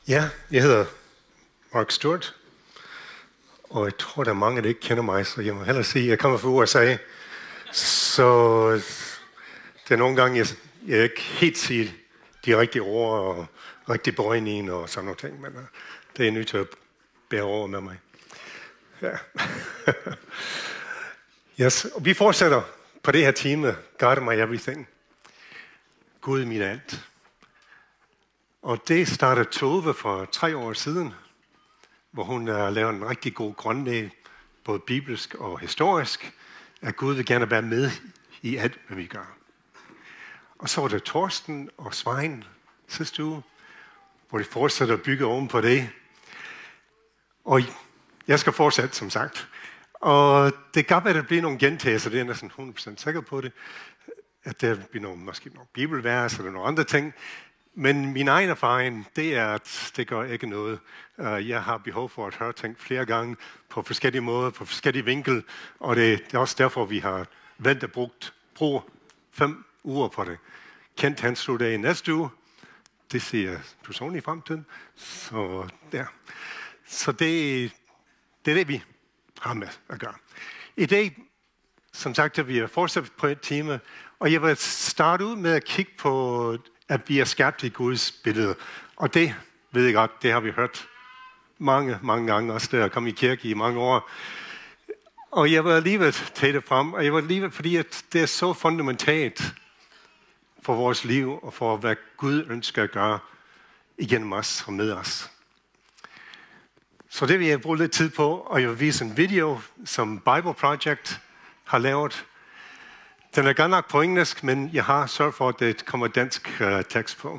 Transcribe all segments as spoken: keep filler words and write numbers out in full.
Ja, jeg hedder Mark Stewart, og jeg tror, der er mange, der ikke kender mig, så jeg må hellere sige, at jeg kommer fra U S A. Så det er nogle gange, jeg, jeg ikke helt siger de rigtige ord og rigtig bøjning og sådan nogle ting, men uh, det er jeg nødt til at bære over med mig. Ja. Yes. Og vi fortsætter på det her time, God My Everything. Gud min alt. Og det startede Tove for tre år siden, hvor hun har lavet en rigtig god grundlag, både bibelsk og historisk, at Gud vil gerne være med i alt, hvad vi gør. Og så var det Torsten og Svein sidste uge, hvor de fortsætter at bygge oven på det. Og jeg skal fortsætte, som sagt. Og det kan være, at der bliver nogle gentagelser, det er jeg næsten hundrede procent sikker på det, at der bliver nogle, måske nogle bibelvers eller nogle andre ting. Men min egen erfaring, det er, at det gør ikke noget. Jeg har behov for at høre ting flere gange på forskellige måder, på forskellige vinkel, og det er også derfor, vi har ventet og brugt bruger fem uger på det. Kent han slutter i næste uge. Det ser jeg personligt frem til. Så, ja. Så det, det er det, vi har med at gøre. I dag, som sagt, er vi fortsat på et time, og jeg vil starte ud med at kigge på, at vi er skabt i Guds billede. Og det ved jeg godt, det har vi hørt mange, mange gange, også der kom i kirke i mange år. Og jeg vil alligevel tage det frem, og jeg vil alligevel, fordi at det er så fundamentalt for vores liv, og for hvad Gud ønsker at gøre igennem os og med os. Så det vil jeg bruge lidt tid på, og jeg vil vise en video, som Bible Project har lavet. Den er godt nok på engelsk, men jeg har sørget for, at det kommer dansk uh, tekst på.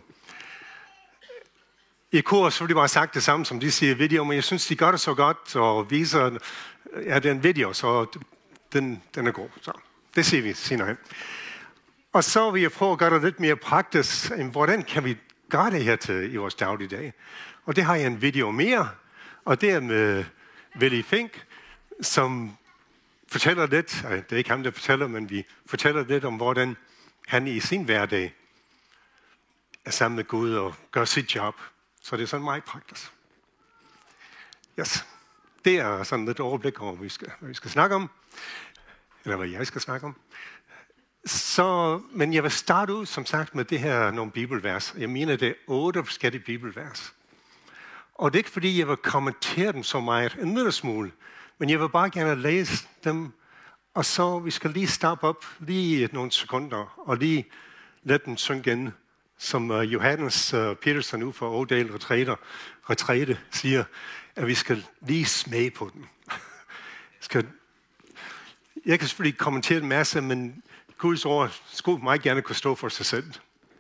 I kurs vil de bare sagt det samme, som de siger i video, men jeg synes, de gør det så godt og viser, ja, det er en video, så den, den er god. Så det ser vi senere hen. Og så vil jeg prøve at gøre det lidt mere praktisk, hvordan kan vi gøre det her til i vores dagligdag. Og det har jeg en video mere, og det er med Willy Fink, som fortæller lidt, det er ikke ham, der fortæller, men vi fortæller lidt om, hvordan han i sin hverdag er sammen med Gud og gør sit job. Så det er sådan meget praktisk. Yes. Det er sådan lidt overblik over, hvad vi skal, hvad vi skal snakke om. Eller hvad jeg skal snakke om. Så, men jeg vil starte ud, som sagt, med det her nogle bibelvers. Jeg mener, det er otte forskellige bibelvers. Og det er ikke, fordi jeg vil kommentere dem så meget, en lille smule. Men jeg vil bare gerne læse dem, og så vi skal lige stoppe op lige nogle sekunder, og lige lade den synge ind, som uh, Johannes uh, Petersen ud fra Odale Retræte, Retræte siger, at vi skal lige smage på den. skal, jeg kan selvfølgelig kommentere en masse, men Guds ord skulle meget gerne kunne stå for sig selv.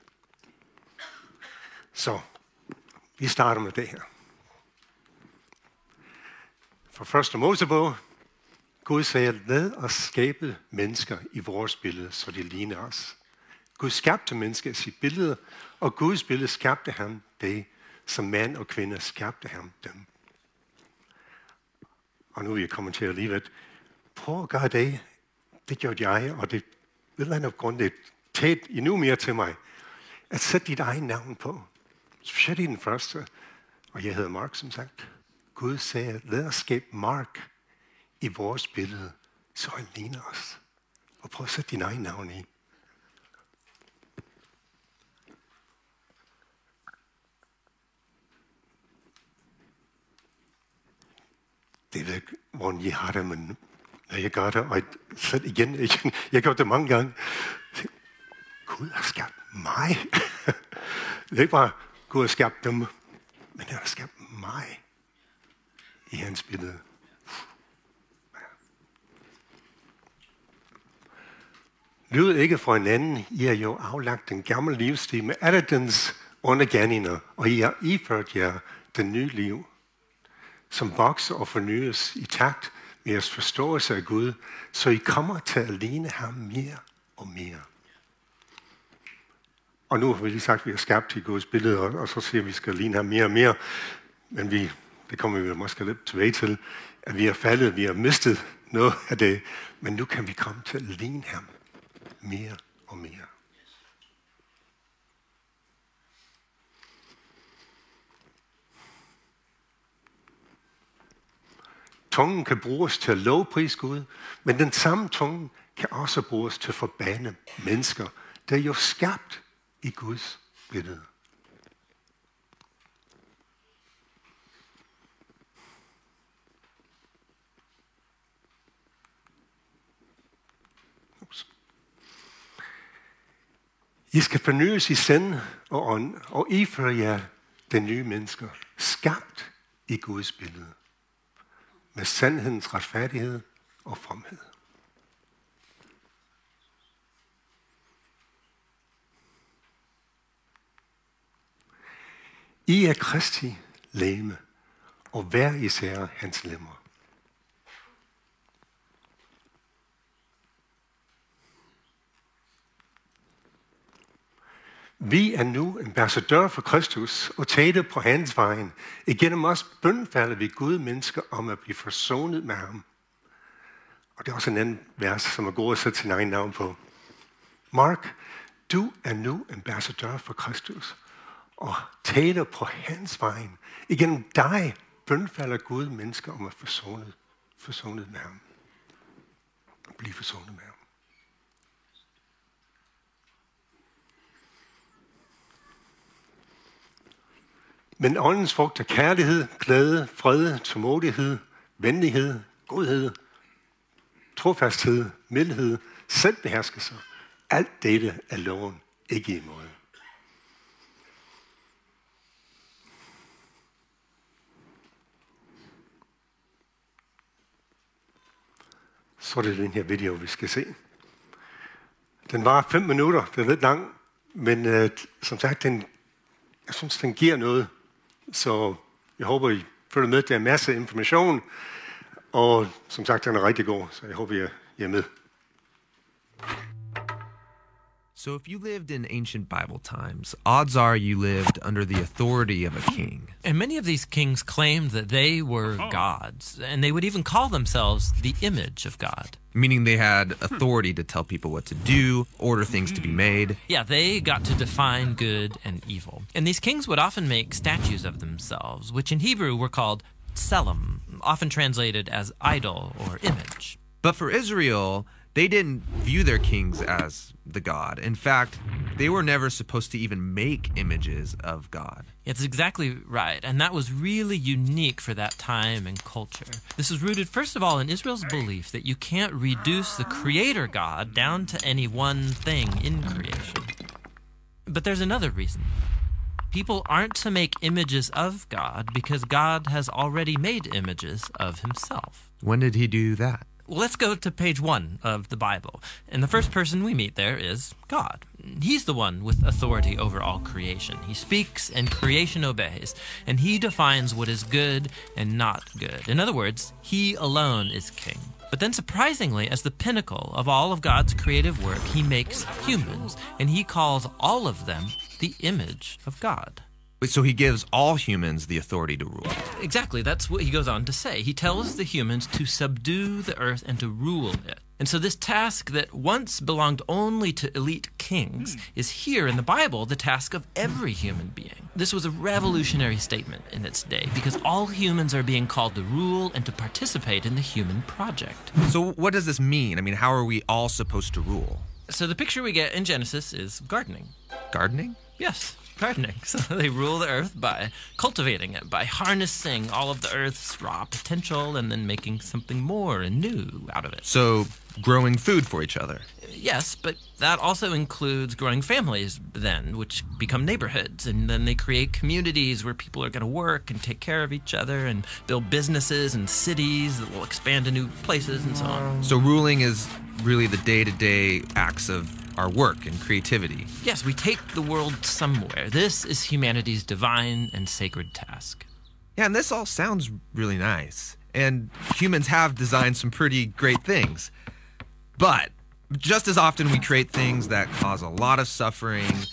Så vi starter med det her. For første Mosebog, Gud sagde, lad os skabe mennesker i vores billede, så de ligner os. Gud skabte mennesker i sit billede, og Guds billede skabte ham det, som mand og kvinde skabte ham dem. Og nu vil jeg kommentere alligevel. Prøv at gøre det. Det gjorde jeg, og det vil være noget grund, det tæt endnu mere til mig. At sætte dit egen navn på. Specielt i den første. Og jeg hedder Mark, som sagt. Gud sagde, lad os skabe Mark i vores billede, så han ligner os. Og prøv at sætte din egen navn i. Det ved ikke, hvordan I har det, men når jeg gør det, og jeg sætter igen, igen, jeg har gjort det mange gange. Gud har skabt mig. Det er ikke bare, Gud har skabt dem, men han har skabt mig i hans billede. Lyd ikke for hinanden, I har jo aflagt den gamle livsstil med alle dens undergærninger, og I har iført jer den nye liv, som vokser og fornyes i takt med jeres forståelse af Gud, så I kommer til at ligne ham mere og mere. Og nu har vi lige sagt, at vi er skabt i Guds billede, og så siger vi, at vi skal ligne ham mere og mere, men vi, det kommer vi måske lidt tilbage til, at vi er faldet, vi har mistet noget af det, men nu kan vi komme til at ligne ham mere og mere. Tungen kan bruges til at lovprise Gud, men den samme tunge kan også bruges til at forbande mennesker, der er jo skabt i Guds billede. I skal fornyes i sind og ånd, og iføre jer den nye mennesker, skabt i Guds billede, med sandhedens retfærdighed og fromhed. I er Kristi legeme, og hver især hans lemmer. Vi er nu ambassadør for Kristus og taler på hans vejen. Igennem os bønfalder vi Gud mennesker om at blive forsonet med ham. Og det er også en anden vers, som er god at sætte sin egen navn på. Mark, du er nu ambassadør for Kristus og taler på hans vejen. Igennem dig bønfalder Gud mennesker om at forsonet, forsonet med ham. Blive forsonet med ham. Men åndens frugt er kærlighed, glæde, fred, tålmodighed, venlighed, godhed, trofasthed, mildhed, selvbeherskelse. Alt dette er loven ikke imod. Så er det den her video, vi skal se. Den var fem minutter, den er lidt lang, men øh, som sagt, den, jeg synes, den giver noget. Så jeg håber, I følger med. Der er masser af information, og som sagt, den er rigtig god, så jeg håber, I er med. So if you lived in ancient Bible times, odds are you lived under the authority of a king. And many of these kings claimed that they were gods, and they would even call themselves the image of God. Meaning they had authority to tell people what to do, order things to be made. Yeah, they got to define good and evil. And these kings would often make statues of themselves, which in Hebrew were called tselem, often translated as idol or image. But for Israel, they didn't view their kings as the God. In fact, they were never supposed to even make images of God. It's exactly right, and that was really unique for that time and culture. This is rooted, first of all, in Israel's belief that you can't reduce the Creator God down to any one thing in creation. But there's another reason. People aren't to make images of God because God has already made images of himself. When did he do that? Well, let's go to page one of the Bible. And the first person we meet there is God. He's the one with authority over all creation. He speaks and creation obeys. And he defines what is good and not good. In other words, he alone is king. But then surprisingly, as the pinnacle of all of God's creative work, he makes humans. And he calls all of them the image of God. So he gives all humans the authority to rule. Exactly, that's what he goes on to say. He tells the humans to subdue the earth and to rule it. And so this task that once belonged only to elite kings is here in the Bible the task of every human being. This was a revolutionary statement in its day because all humans are being called to rule and to participate in the human project. So what does this mean? I mean, how are we all supposed to rule? So the picture we get in Genesis is gardening. Gardening? Yes. Gardening. So they rule the earth by cultivating it, by harnessing all of the earth's raw potential and then making something more and new out of it. So growing food for each other. Yes, but that also includes growing families then, which become neighborhoods, and then they create communities where people are going to work and take care of each other and build businesses and cities that will expand to new places and so on. So ruling is really the day-to-day acts of our work and creativity. Yes, we take the world somewhere. This is humanity's divine and sacred task. Yeah, and this all sounds really nice. And humans have designed some pretty great things. But just as often we create things that cause a lot of suffering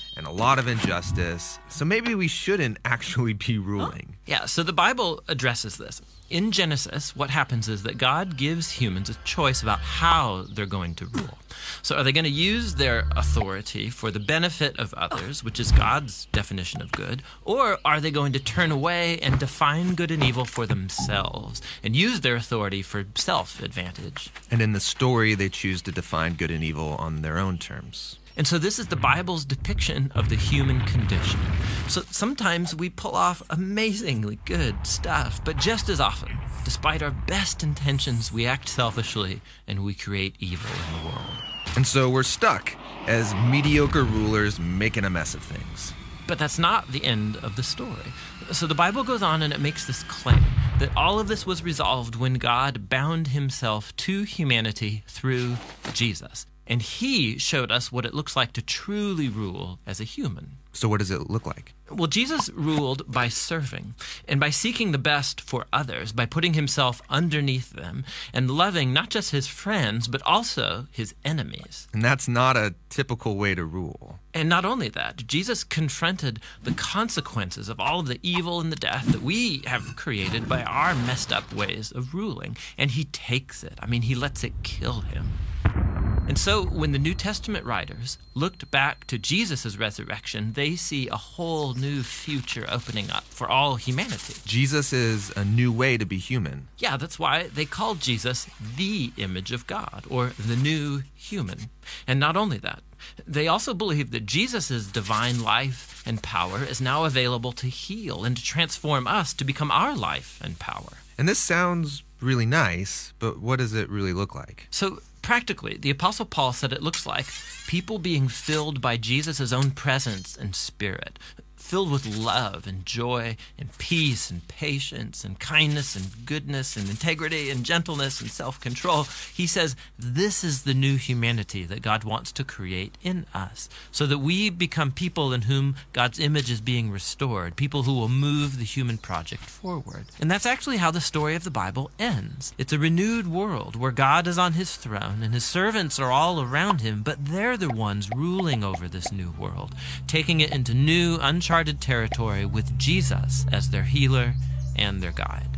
and a lot of injustice. So maybe we shouldn't actually be ruling. Yeah, so the Bible addresses this. In Genesis, what happens is that God gives humans a choice about how they're going to rule. So are they going to use their authority for the benefit of others, which is God's definition of good, or are they going to turn away and define good and evil for themselves and use their authority for self-advantage? And in the story, they choose to define good and evil on their own terms. And so this is the Bible's depiction of the human condition. So sometimes we pull off amazingly good stuff, but just as often, despite our best intentions, we act selfishly and we create evil in the world. And so we're stuck as mediocre rulers making a mess of things. But that's not the end of the story. So the Bible goes on and it makes this claim that all of this was resolved when God bound himself to humanity through Jesus. And he showed us what it looks like to truly rule as a human. So what does it look like? Well, Jesus ruled by serving and by seeking the best for others, by putting himself underneath them and loving not just his friends, but also his enemies. And that's not a typical way to rule. And not only that, Jesus confronted the consequences of all of the evil and the death that we have created by our messed up ways of ruling. And he takes it. I mean, he lets it kill him. And so when the New Testament writers looked back to Jesus' resurrection, they see a whole new future opening up for all humanity. Jesus is a new way to be human. Yeah, that's why they called Jesus the image of God, or the new human. And not only that, they also believe that Jesus' divine life and power is now available to heal and to transform us to become our life and power. And this sounds really nice, but what does it really look like? So practically, the Apostle Paul said it looks like people being filled by Jesus' own presence and spirit, filled with love and joy and peace and patience and kindness and goodness and integrity and gentleness and self-control. He says this is the new humanity that God wants to create in us so that we become people in whom God's image is being restored, people who will move the human project forward. And that's actually how the story of the Bible ends. It's a renewed world where God is on his throne and his servants are all around him, but they're the ones ruling over this new world, taking it into new, uncharted territory with Jesus as their healer and their guide.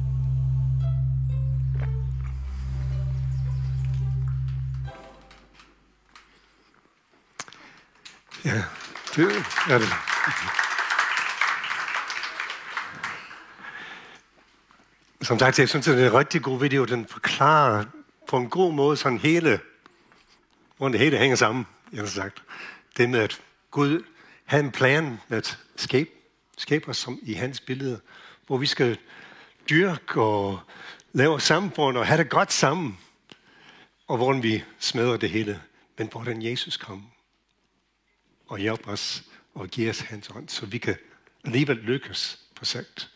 Ja, det er det. Som sagt, jeg synes, det er en rigtig god video. Den forklarer på en god måde sådan hele, hvordan det hele hænger sammen, jeg har sagt. Det med, at Gud havde en plan med at skabe, skabe os som i hans billede, hvor vi skal dyrke og lave samfund og have det godt sammen, og hvordan vi smadrer det hele. Men hvordan Jesus kom og hjælper os og giver os hans ånd, så vi kan alligevel lykkes på sigt.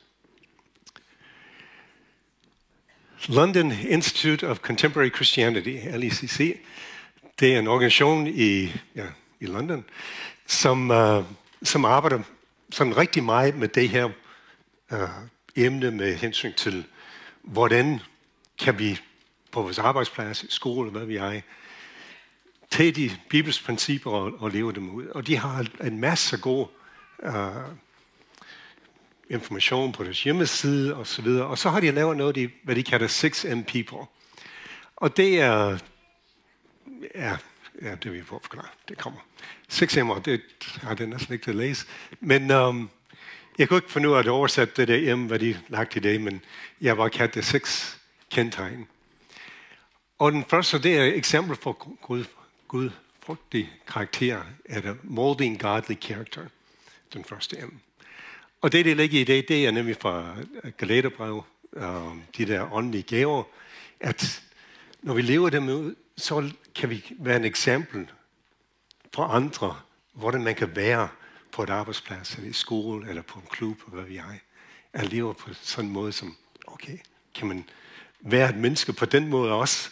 London Institute of Contemporary Christianity, L I C C, det er en organisation i, ja, i London, som, uh, som arbejder sådan rigtig meget med det her uh, emne med hensyn til, hvordan kan vi på vores arbejdsplads, i skole, hvad vi er, tage de bibelske principper og, og leve dem ud. Og de har en masse god uh, information på deres hjemmeside og så videre. Og så har de lavet noget, de, hvad de kalder six M People. Og det er, ja, ja det vil jeg prøve at forklare. Det kommer. six M'er, det har det næsten ikke til at læse. Men um, jeg kunne ikke finde ud af at oversætte det der M, hvad de lagt i det, men jeg var kaldt det seks kendetegn. Og den første, det er et eksempel for Gud, Gud frugtig karakter, er det molding godly character, den første M. Og det, det ligger i det, det er nemlig fra Galaterbrevet, um, de der åndelige gaver, at når vi lever dem ud, så kan vi være et eksempel for andre, hvordan man kan være på et arbejdsplads, eller i skole, eller på en klub, eller hvad vi er. At leve på sådan en måde, som, okay, kan man være et menneske på den måde også?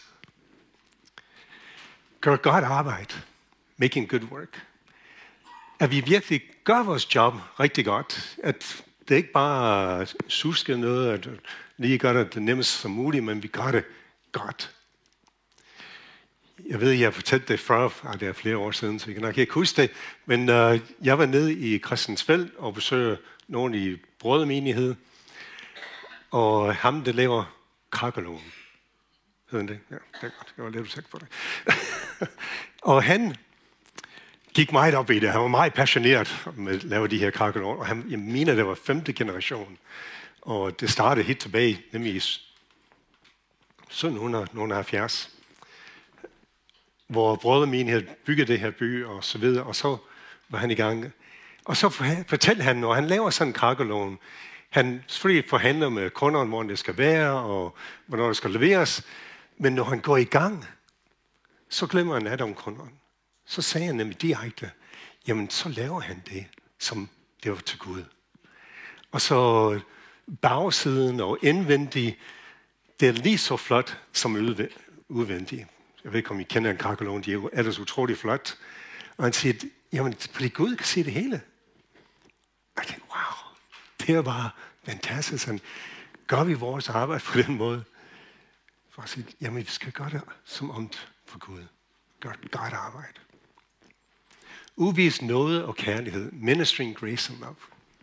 Gør godt arbejde. Making good work. At vi virkelig gør vores job rigtig godt. At det ikke bare susker noget, at lige gør det det nemmest som muligt, men vi gør det godt. Jeg ved, jeg har fortalt det før, og det er flere år siden, så jeg kan nok ikke huske det. Men uh, jeg var nede i Christiansfeld og besøgte nogen i brødremenighed. Og ham, der laver kakkeloven. Hedder det? Ja, det er godt. Jeg var lidt usikker på det. Og han gik meget op i det. Han var meget passioneret med at lave de her kakkelover. Og han, jeg mener, det var femte generation. Og det startede helt tilbage, nemlig i sytten halvfjerds. Hvor brødremenighed byggede det her by og så videre, og så var han i gang. Og så fortalte han, når han laver sådan en kakkeloven, han selvfølgelig forhandler med kunderne, hvor det skal være, og hvornår det skal leveres, men når han går i gang, så glemmer han alt om kunderne. Så sagde han nemlig direkte, jamen så laver han det, som det var til Gud. Og så bagsiden og indvendig, det er lige så flot som udvendig. Jeg ved ikke, om I kender en kakkelovn, de er jo ellers utrolig flot. Og han siger, jamen, fordi Gud kan se det hele. Jeg tænkte, wow, det er bare fantastisk. Sådan, gør vi vores arbejde på den måde? For at sige, jamen, vi skal gøre det som omt for Gud. Gør et godt arbejde. Uvis nåde og kærlighed. Ministering grace and love.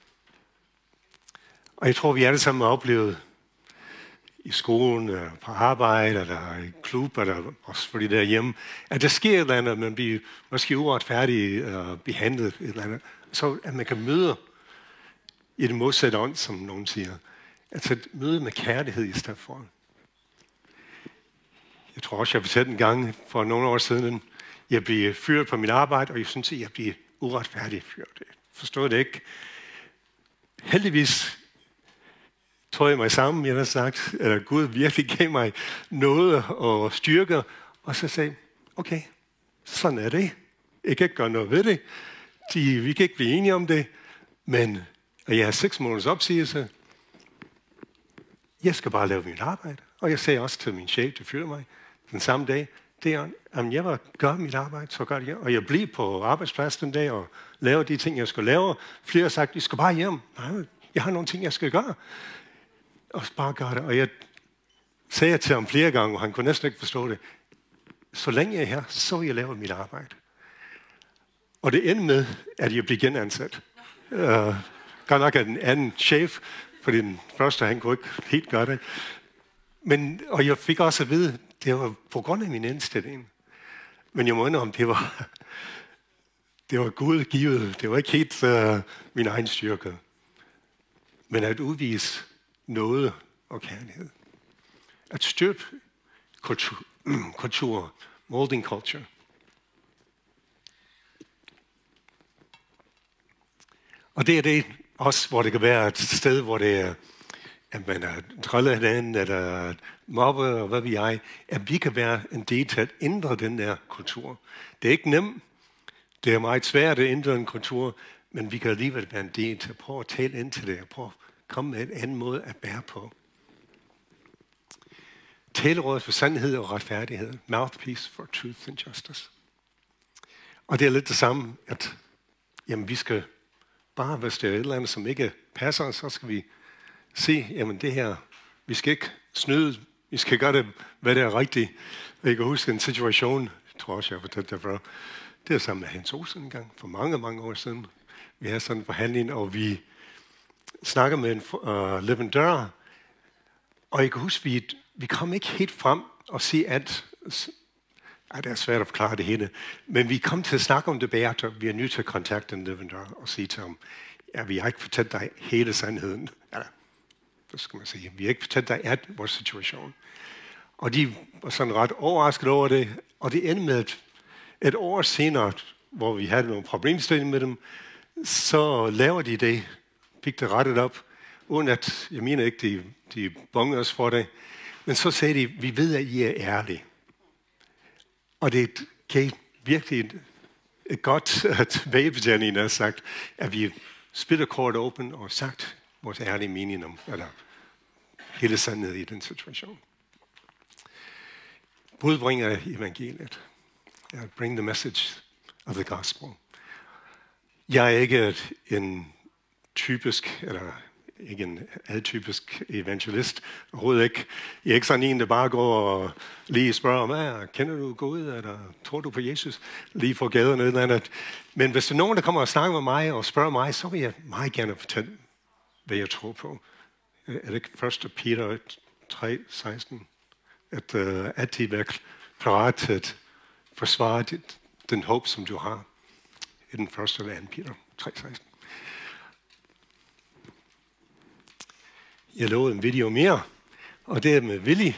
Og jeg tror, vi alle sammen har oplevet i skolen, eller på arbejde, eller i klub, eller også fordi derhjemme, at der sker et eller andet, at man bliver måske uretfærdigt uh, behandlet, et eller andet, så at man kan møde i det modsatte ånd, som nogen siger. Altså møde med kærlighed i stedet for. Jeg tror også, jeg fortalte en gang for nogle år siden, jeg blev fyret på mit arbejde, og jeg synes, at jeg blev uretfærdigt fyret. Jeg forstod det ikke. Heldigvis tog jeg mig sammen, jeg har sagt, at Gud virkelig gav mig noget og styrke, og så sagde okay, sådan er det. Jeg kan ikke gøre noget ved det. De, vi kan ikke blive enige om det, men jeg har seks måneders opsigelse. Jeg skal bare lave mit arbejde. Og jeg sagde også til min chef, der fyrede mig den samme dag, det er, at jeg vil gøre mit arbejde, så gør det jeg. Og jeg blev på arbejdspladsen den dag og lavede de ting, jeg skulle lave. Flere har sagt, I skal bare hjem. Nej, jeg har nogle ting, jeg skal gøre. Og bare gøre det. Og jeg sagde til ham flere gange, og han kunne næsten ikke forstå det. Så længe jeg er her, så vil jeg lave mit arbejde. Og det endte med, at jeg blev genansat. Uh, godt nok af den anden chef, fordi den første, han kunne ikke helt gøre det. Men, og jeg fik også at vide, det var på grund af min indstilling. Men jeg må indrømme, det var, det var Gud givet. Det var ikke helt uh, min egen styrke. Men at udvise noget og kærlighed. At støbe kultur, kultur, molding culture. Og det er det også, hvor det kan være et sted, hvor det er, at man er driller hinanden, eller mobber, og hvad vi er, at vi kan være en del til at ændre den der kultur. Det er ikke nemt. Det er meget svært at ændre en kultur, men vi kan alligevel være en del til at prøve at tale ind til det, og prøve at komme med en anden måde at bære på. Talerådet for sandhed og retfærdighed. Mouthpiece for truth and justice. Og det er lidt det samme, at jamen, vi skal bare, hvis det er et eller andet, som ikke passer, så skal vi se, jamen det her, vi skal ikke snyde, vi skal gøre det, hvad det er rigtigt. Jeg kan huske en situation, jeg tror også, jeg har fortalt det før, det er sammen med Hans Olsen en gang, for mange, mange år siden. Vi havde sådan en forhandling, og vi snakker med en uh, leverandør, og jeg kan huske, vi, vi kom ikke helt frem og se alt. Ej, det er svært at forklare det hele. Men vi kom til at snakke om det bagefter. Vi er nødt til at kontakte en leverandør og sige til ham, ja, vi har ikke fortalt dig hele sandheden. Ja, det skal man sige. Vi har ikke fortalt dig alt vores situation. Og de var sådan ret overrasket over det. Og det endte med, et, et år senere, hvor vi havde nogle problemstillinger med dem, så laver de det, fik det rettet op, uden at, jeg mener ikke, de, de bongede os for det. Men så sagde de, vi ved, at I er ærlige. Og det gav virkelig et, et godt tilbagebetaling, der har sagt, at vi spiller kort åben og sagt vores ærlige mening om, eller hele sandheden i den situation. Budbringer evangeliet. Bring the message of the gospel. Jeg er ikke en typisk, eller ikke en atypisk evangelist, overhovedet ikke. Jeg er ikke sådan en, der bare går og lige spørger om, ah, kender du Gud, eller tror du på Jesus, lige for gaden eller andet. Men hvis der er nogen, der kommer og snakker med mig og spørger mig, så vil jeg meget gerne fortælle, hvad jeg tror på. Er det ikke første Peter tre seksten? At uh, altid være parat til at forsvare dit, den håb, som du har. I den første eller anden Peter tre seksten. Jeg lovede en video mere, og det er med Willy.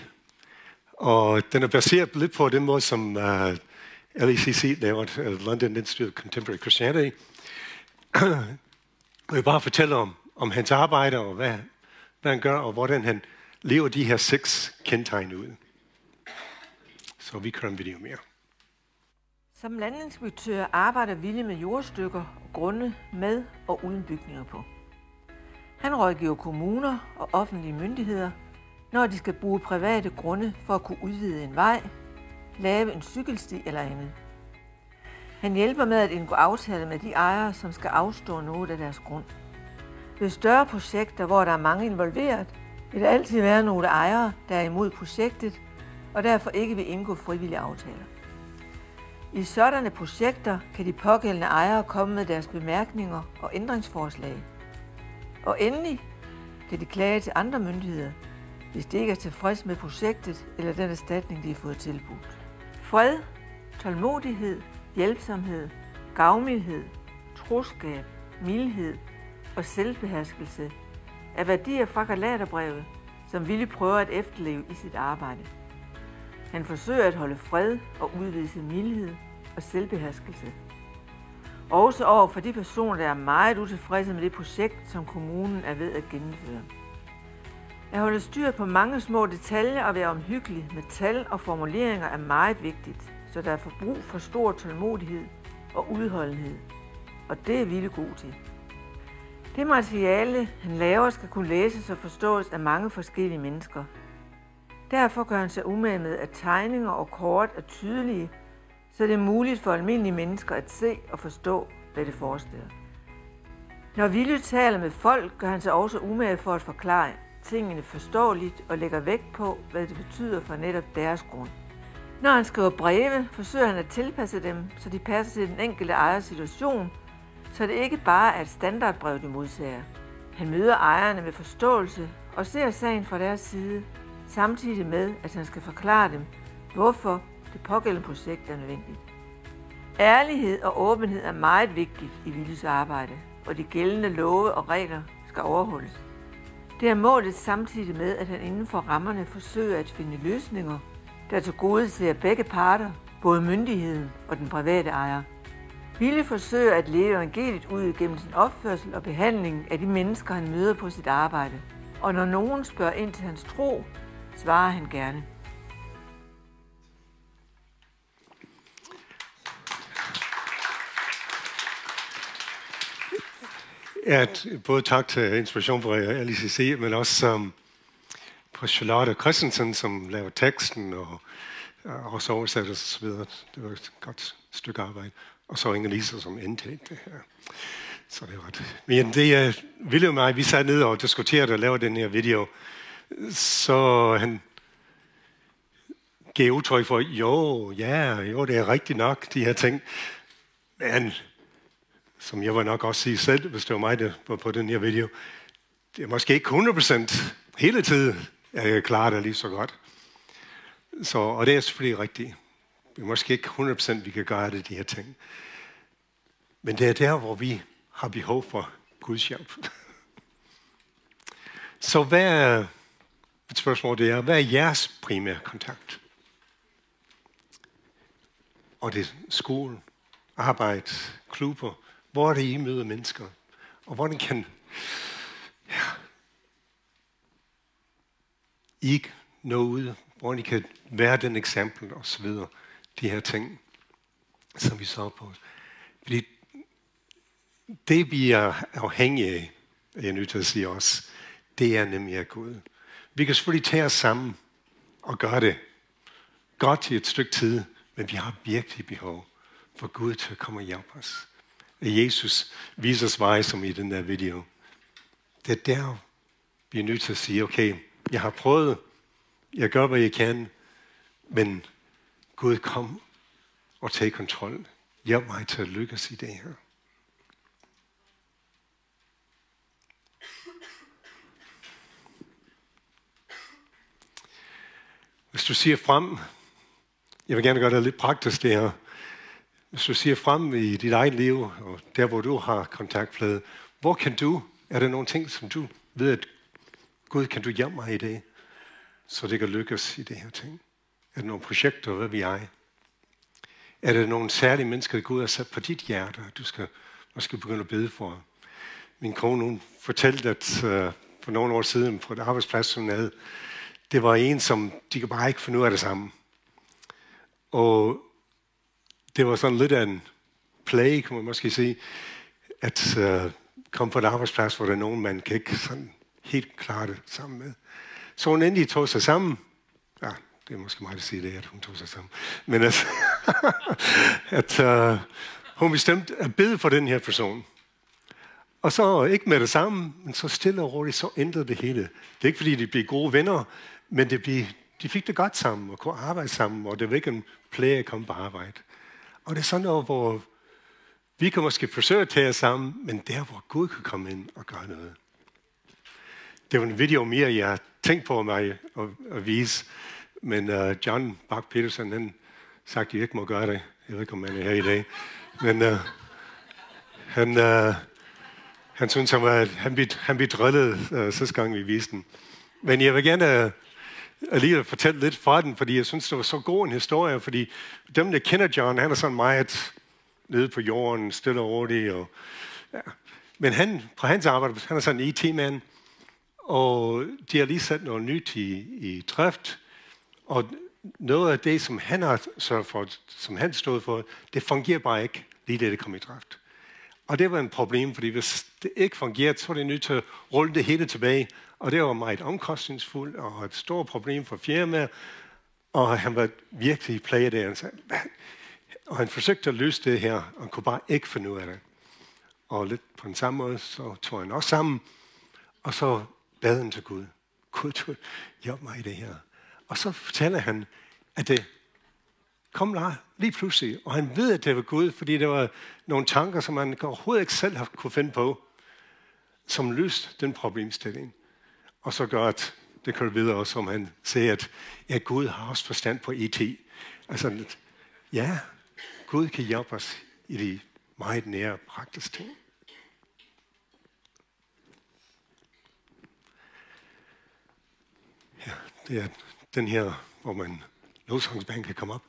Og den er baseret lidt på den måde, som uh, L E C C laver, uh, London Institute of Contemporary Christianity. Jeg vil bare fortælle om, om hans arbejde, og hvad, hvad han gør, og hvordan han lever de her seks kendetegn ud. Så vi kører en video mere. Som landinspektør arbejder Willy med jordstykker og grunde med og uden bygninger på. Han rådgiver kommuner og offentlige myndigheder, når de skal bruge private grunde for at kunne udvide en vej, lave en cykelsti eller andet. Han hjælper med at indgå aftaler med de ejere, som skal afstå noget af deres grund. Ved større projekter, hvor der er mange involveret, vil der altid være nogle ejere, der er imod projektet, og derfor ikke vil indgå frivillige aftaler. I sådanne projekter kan de pågældende ejere komme med deres bemærkninger og ændringsforslag. Og endelig kan de klage til andre myndigheder, hvis de ikke er tilfreds med projektet eller den erstatning, de har fået tilbudt. Fred, tålmodighed, hjælpsomhed, gavmildhed, troskab, mildhed og selvbeherskelse er værdier fra Galaterbrevet, som Willy prøver at efterleve i sit arbejde. Han forsøger at holde fred og udvise mildhed og selvbeherskelse. Også over for de personer, der er meget utilfredse med det projekt, som kommunen er ved at gennemføre. At holde styr på mange små detaljer og være omhyggelig med tal og formuleringer er meget vigtigt, så der er brug for stor tålmodighed og udholdenhed. Og det er Willy god til. Det materiale, han laver, skal kunne læses og forstås af mange forskellige mennesker. Derfor gør han sig umage med, at tegninger og kort er tydelige, så det er muligt for almindelige mennesker at se og forstå, hvad det forestiller. Når Willy taler med folk, gør han sig også umage for at forklare tingene forståeligt og lægger vægt på, hvad det betyder for netop deres grund. Når han skriver breve, forsøger han at tilpasse dem, så de passer til den enkelte ejers situation, så det ikke bare er et standardbrev, de modtager. Han møder ejerne med forståelse og ser sagen fra deres side, samtidig med, at han skal forklare dem, hvorfor det pågældende projekt er nødvendigt. Ærlighed og åbenhed er meget vigtigt i Willys arbejde, og de gældende love og regler skal overholdes. Det er målet samtidig med, at han inden for rammerne forsøger at finde løsninger, der tilgodeser begge parter, både myndigheden og den private ejer. Willy forsøger at leve evangeliet ud gennem sin opførsel og behandling af de mennesker, han møder på sit arbejde. Og når nogen spørger ind til hans tro, svarer han gerne. Ja, både tak til Inspiration for L E C C, men også um, på Charlotte Christensen, som laver teksten og uh, også oversætter og så videre. Det var et godt stykke arbejde. Og så Inger Lise, som indtægte det her. Så det var det. Men det er Willy og mig, vi sad ned og diskuterede og lavede den her video. Så han gav udtryk for, jo, ja, jo, det er rigtigt nok, de her ting. Men, som jeg var nok også sige selv, hvis det var mig, der var på den her video, det er måske ikke hundrede procent hele tiden, at jeg klarer det lige så godt. Så, og det er selvfølgelig rigtigt. Det er måske ikke hundrede procent, vi kan gøre det, de her ting. Men det er der, hvor vi har behov for Guds hjælp. Så hvad er, et spørgsmål det er, hvad er jeres primære kontakt? Og det er skole, arbejde, klubber, hvor er det, I møder mennesker? Og hvordan kan ja, I nå ud, hvordan I kan være den eksempel og så videre. De her ting, som vi så på. Fordi det, vi er afhængige af, er jeg nødt til at sige også, det er nemlig af Gud. Vi kan selvfølgelig tage os sammen og gøre det godt i et stykke tid, men vi har virkelig behov for Gud til at komme og hjælpe os. At Jesus viser os vej, som i den der video. Det er der, Vi er nødt til at sige, okay, jeg har prøvet, jeg gør, hvad jeg kan, men Gud, kom og tag kontrol. Hjælp mig til at lykkes i det her. Hvis du siger frem, jeg vil gerne gøre det lidt praktisk det her. Hvis du siger frem i dit eget liv, og der hvor du har kontaktflade, hvor kan du, er der nogle ting, som du ved, at Gud, kan du hjælpe mig i det, så det kan lykkes i det her ting? Er der nogle projekter, hvad vi er? Er der nogle særlige mennesker, Gud har sat på dit hjerte, du skal måske begynde at bede for? Min kone, hun fortalte, at uh, for nogle år siden på et arbejdsplads, som hun havde, det var en, som de kan bare ikke finde ud af det samme. Og det var sådan lidt af en plage, kan man måske sige, at uh, komme på et arbejdsplads, hvor der er nogen, man kan ikke sådan helt klare det sammen med. Så hun endelig tog sig sammen. Ja, det er måske mig, der siger det, at hun tog sig sammen. Men altså, at uh, hun bestemte at bede for den her person. Og så ikke med det samme, men så stille og roligt, så ændrede det hele. Det er ikke, fordi de blev gode venner, men det blev, de fik det godt sammen og kunne arbejde sammen, og det var ikke en plage at komme på arbejde. Og det er sådan noget, hvor vi kan måske forsøge at tage os sammen, men der, hvor Gud kan komme ind og gøre noget. Det var en video mere, jeg har tænkt på mig at, at vise, men uh, John Bach Peterson, han sagde, at jeg ikke må gøre det. Jeg ved ikke, om han er her i dag. Men uh, han, uh, han synes, han, var, han, blev, han blev drillet uh, sidste gang, vi viste den. Men jeg vil gerne uh, alligevel fortælle lidt fra den, fordi jeg synes, det var så god en historie, fordi dem, der kender John, han er sådan meget nede på jorden, stille og roligt. Og, ja. Men han, på hans arbejde, han er sådan en I T-mand, og de har lige sat noget nyt i, i drift, og noget af det, som han har sørget for, som han stod for, det fungerer bare ikke, lige det, det kom i drift. Og det var et problem, fordi hvis det ikke fungerede, så var det nødt til at rulle det hele tilbage, og det var meget omkostningsfuldt, og et stort problem for firmaet, og han var virkelig plaget af, han sagde, og han forsøgte at løse det her, og kunne bare ikke finde ud af det. Og lidt på den samme måde, så tog han også sammen, og så bad han til Gud. Gud, du hjælp mig i det her. Og så fortæller han, at det kom der lige pludselig, og han ved, at det var Gud, fordi der var nogle tanker, som han overhovedet ikke selv kunne finde på, som løste den problemstilling. Og så gør at det kan du videre også, som han siger, at ja, Gud har også forstand på I T. Altså, ja, Gud kan hjælpe os i de meget nære praktiske ting. Ja, det er den her, hvor man lovsangsband kan komme op.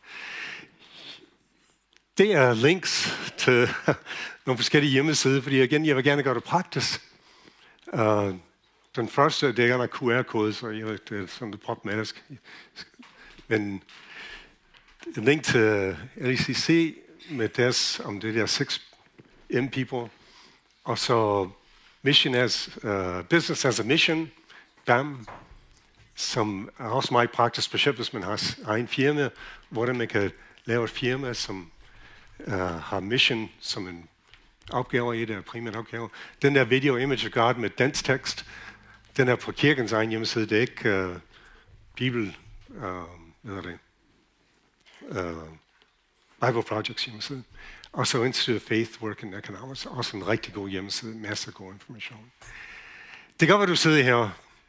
Det er links til nogle forskellige hjemmesider, fordi igen, jeg vil gerne gøre det praktisk. Uh, den første, det er en Q R-kode, så jeg ved, det er sådan lidt propmatisk. Men en link til L E C C med deres, om det der six M people, og så mission as, uh, business as a mission, B A M, som er også meget praktisk, specielt hvis man har egen firma, hvordan man kan lave et firma, som uh, har mission som en opgave i det, primært opgave. Den der video image guard med dansk tekst, den er på kirkens egen hjemmeside, det er ikke uh, Bibel, uh, hvad er det? Uh, Bible Projects hjemmeside. Og så Institute of Faith, Work and Economics, også en rigtig god hjemmeside, masser af god information. Det kan godt være, du sidder her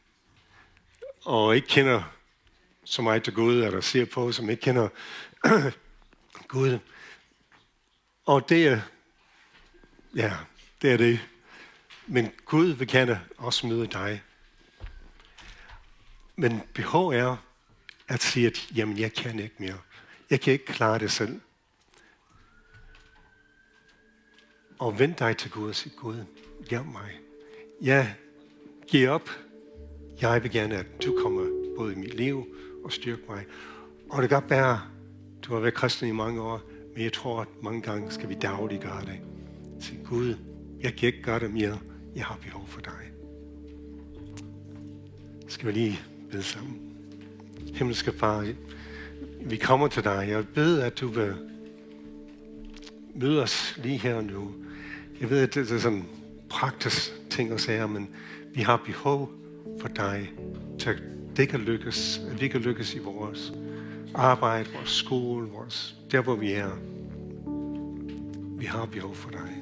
og ikke kender så meget til Gud, eller ser på, som ikke kender Gud. Og det er, ja, det er det. Men Gud vil gerne også møde dig. Men behov er at sige, at jamen, jeg kan ikke mere. Jeg kan ikke klare det selv. Og vend dig til Gud og sig, Gud, hjælp mig. Jeg giver op. Jeg vil gerne, at du kommer både i mit liv og styrker mig. Og det kan godt være, du har været kristen i mange år, men jeg tror, at mange gange skal vi dagligt gøre det. Sig, Gud, jeg kan ikke gøre det mere. Jeg har behov for dig. Skal vi lige bede sammen? Himmelske Far, vi kommer til dig. Jeg beder, at du vil møde os lige her og nu. Jeg ved, at det er sådan praktisk ting at sige, men vi har behov for dig, til at det kan lykkes, at vi kan lykkes i vores arbejde, vores skole, vores, der hvor vi er. Vi har behov for dig.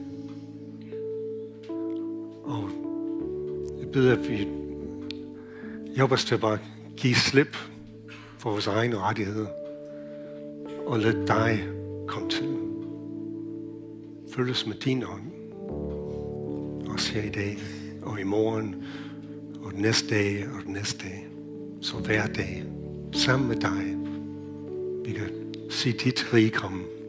Og jeg beder, at vi hjælper os til at bare give slip for vores egne rettigheder, og lad dig komme til. Følges med din ånd, også her i dag, og i morgen, og den næste dag, og den næste dag. Så hver dag, sammen med dig, vi kan sige dit rige komme.